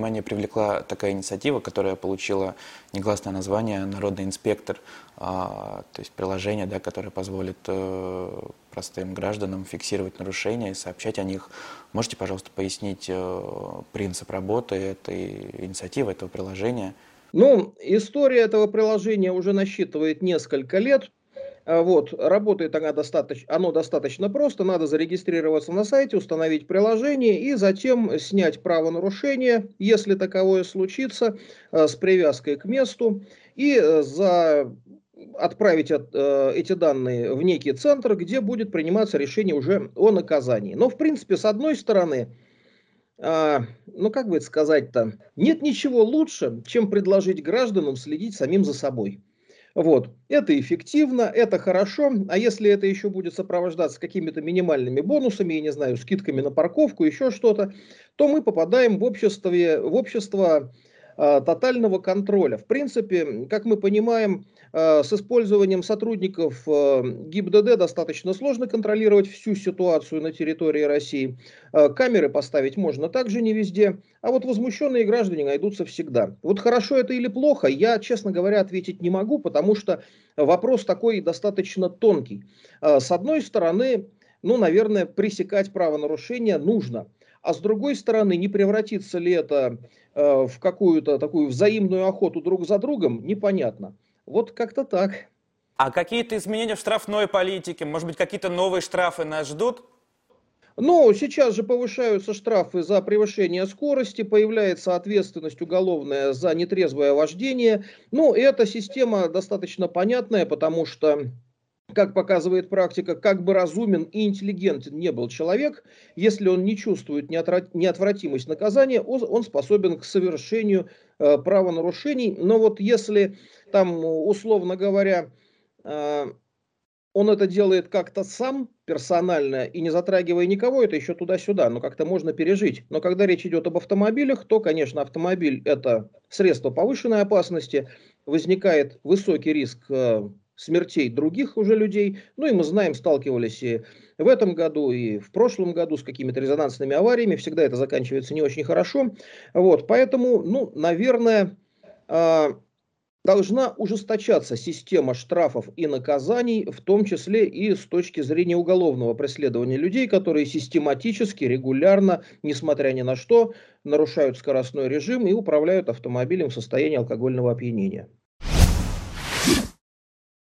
внимание привлекла такая инициатива, которая получила негласное название «Народный инспектор», то есть приложение, да, которое позволит простым гражданам фиксировать нарушения и сообщать о них. Можете, пожалуйста, пояснить принцип работы этой инициативы, этого приложения? Ну, история этого приложения уже насчитывает несколько лет. Вот, работает оно достаточно просто. Надо зарегистрироваться на сайте, установить приложение и затем снять правонарушение, если таковое случится, с привязкой к месту, и отправить эти данные в некий центр, где будет приниматься решение уже о наказании. Но, в принципе, с одной стороны, ну, как бы это сказать-то, нет ничего лучше, чем предложить гражданам следить самим за собой. Вот. Это эффективно, это хорошо, а если это еще будет сопровождаться какими-то минимальными бонусами, я не знаю, скидками на парковку, еще что-то, то мы попадаем в общество тотального контроля. В принципе, как мы понимаем, с использованием сотрудников ГИБДД достаточно сложно контролировать всю ситуацию на территории России. Камеры поставить можно также не везде, а вот возмущенные граждане найдутся всегда. Вот хорошо это или плохо, я, честно говоря, ответить не могу, потому что вопрос такой достаточно тонкий. С одной стороны, ну, наверное, пресекать правонарушения нужно. А с другой стороны, не превратится ли это в какую-то такую взаимную охоту друг за другом, непонятно. Вот как-то так. А какие-то изменения в штрафной политике, может быть, какие-то новые штрафы нас ждут? Но сейчас же повышаются штрафы за превышение скорости, появляется ответственность уголовная за нетрезвое вождение. Ну, эта система достаточно понятная, потому что, как показывает практика, как бы разумен и интеллигентен не был человек, если он не чувствует неотвратимость наказания, он способен к совершению правонарушений. Но вот если там, условно говоря, э, он это делает как-то сам, персонально, и не затрагивая никого, это еще туда-сюда, но как-то можно пережить. Но когда речь идет об автомобилях, то, конечно, автомобиль – это средство повышенной опасности, возникает высокий риск смертей других уже людей. Ну и мы знаем, сталкивались и в этом году, и в прошлом году с какими-то резонансными авариями, всегда это заканчивается не очень хорошо. Вот, поэтому, ну, наверное, должна ужесточаться система штрафов и наказаний, в том числе и с точки зрения уголовного преследования людей, которые систематически, регулярно, несмотря ни на что, нарушают скоростной режим и управляют автомобилем в состоянии алкогольного опьянения.